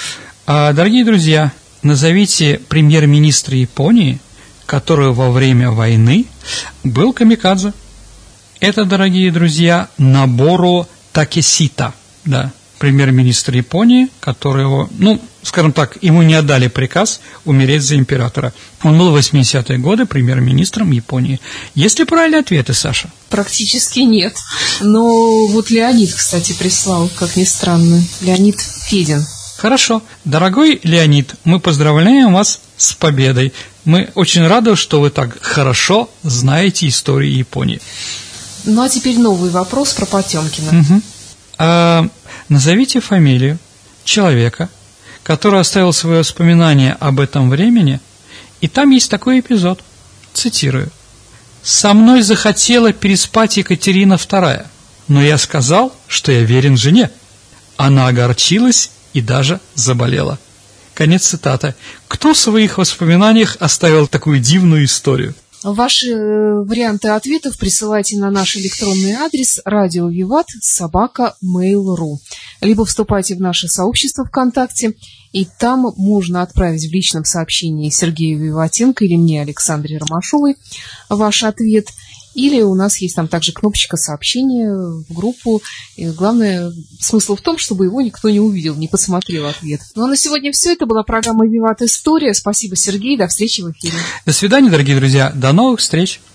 Дорогие друзья, назовите премьер-министра Японии, который во время войны был камикадзе. Это, дорогие друзья, Нобуру Такесита, да, премьер-министр Японии, которого, ну, скажем так, ему не отдали приказ умереть за императора. Он был в 80-е годы премьер-министром Японии. Есть ли правильные ответы, Саша? Практически нет. Но вот Леонид, кстати, прислал, как ни странно, Леонид Федин. Хорошо. Дорогой Леонид, мы поздравляем вас с победой. Мы очень рады, что вы так хорошо знаете историю Японии. Ну, а теперь новый вопрос про Потемкина. Угу. Назовите фамилию человека, который оставил свои воспоминания об этом времени, и там есть такой эпизод, цитирую. «Со мной захотела переспать Екатерина II, но я сказал, что я верен жене. Она огорчилась и даже заболела». Конец цитаты. Кто в своих воспоминаниях оставил такую дивную историю? Ваши варианты ответов присылайте на наш электронный адрес radiovivat@mail.ru, либо вступайте в наше сообщество ВКонтакте, и там можно отправить в личном сообщении Сергею Виватенко или мне, Александре Ромашовой, ваш ответ. Или у нас есть там также кнопочка сообщения в группу. И главное, смысл в том, чтобы его никто не увидел, не посмотрел ответ. Ну а на сегодня все. Это была программа «Виват История». Спасибо, Сергей. До встречи в эфире. До свидания, дорогие друзья. До новых встреч.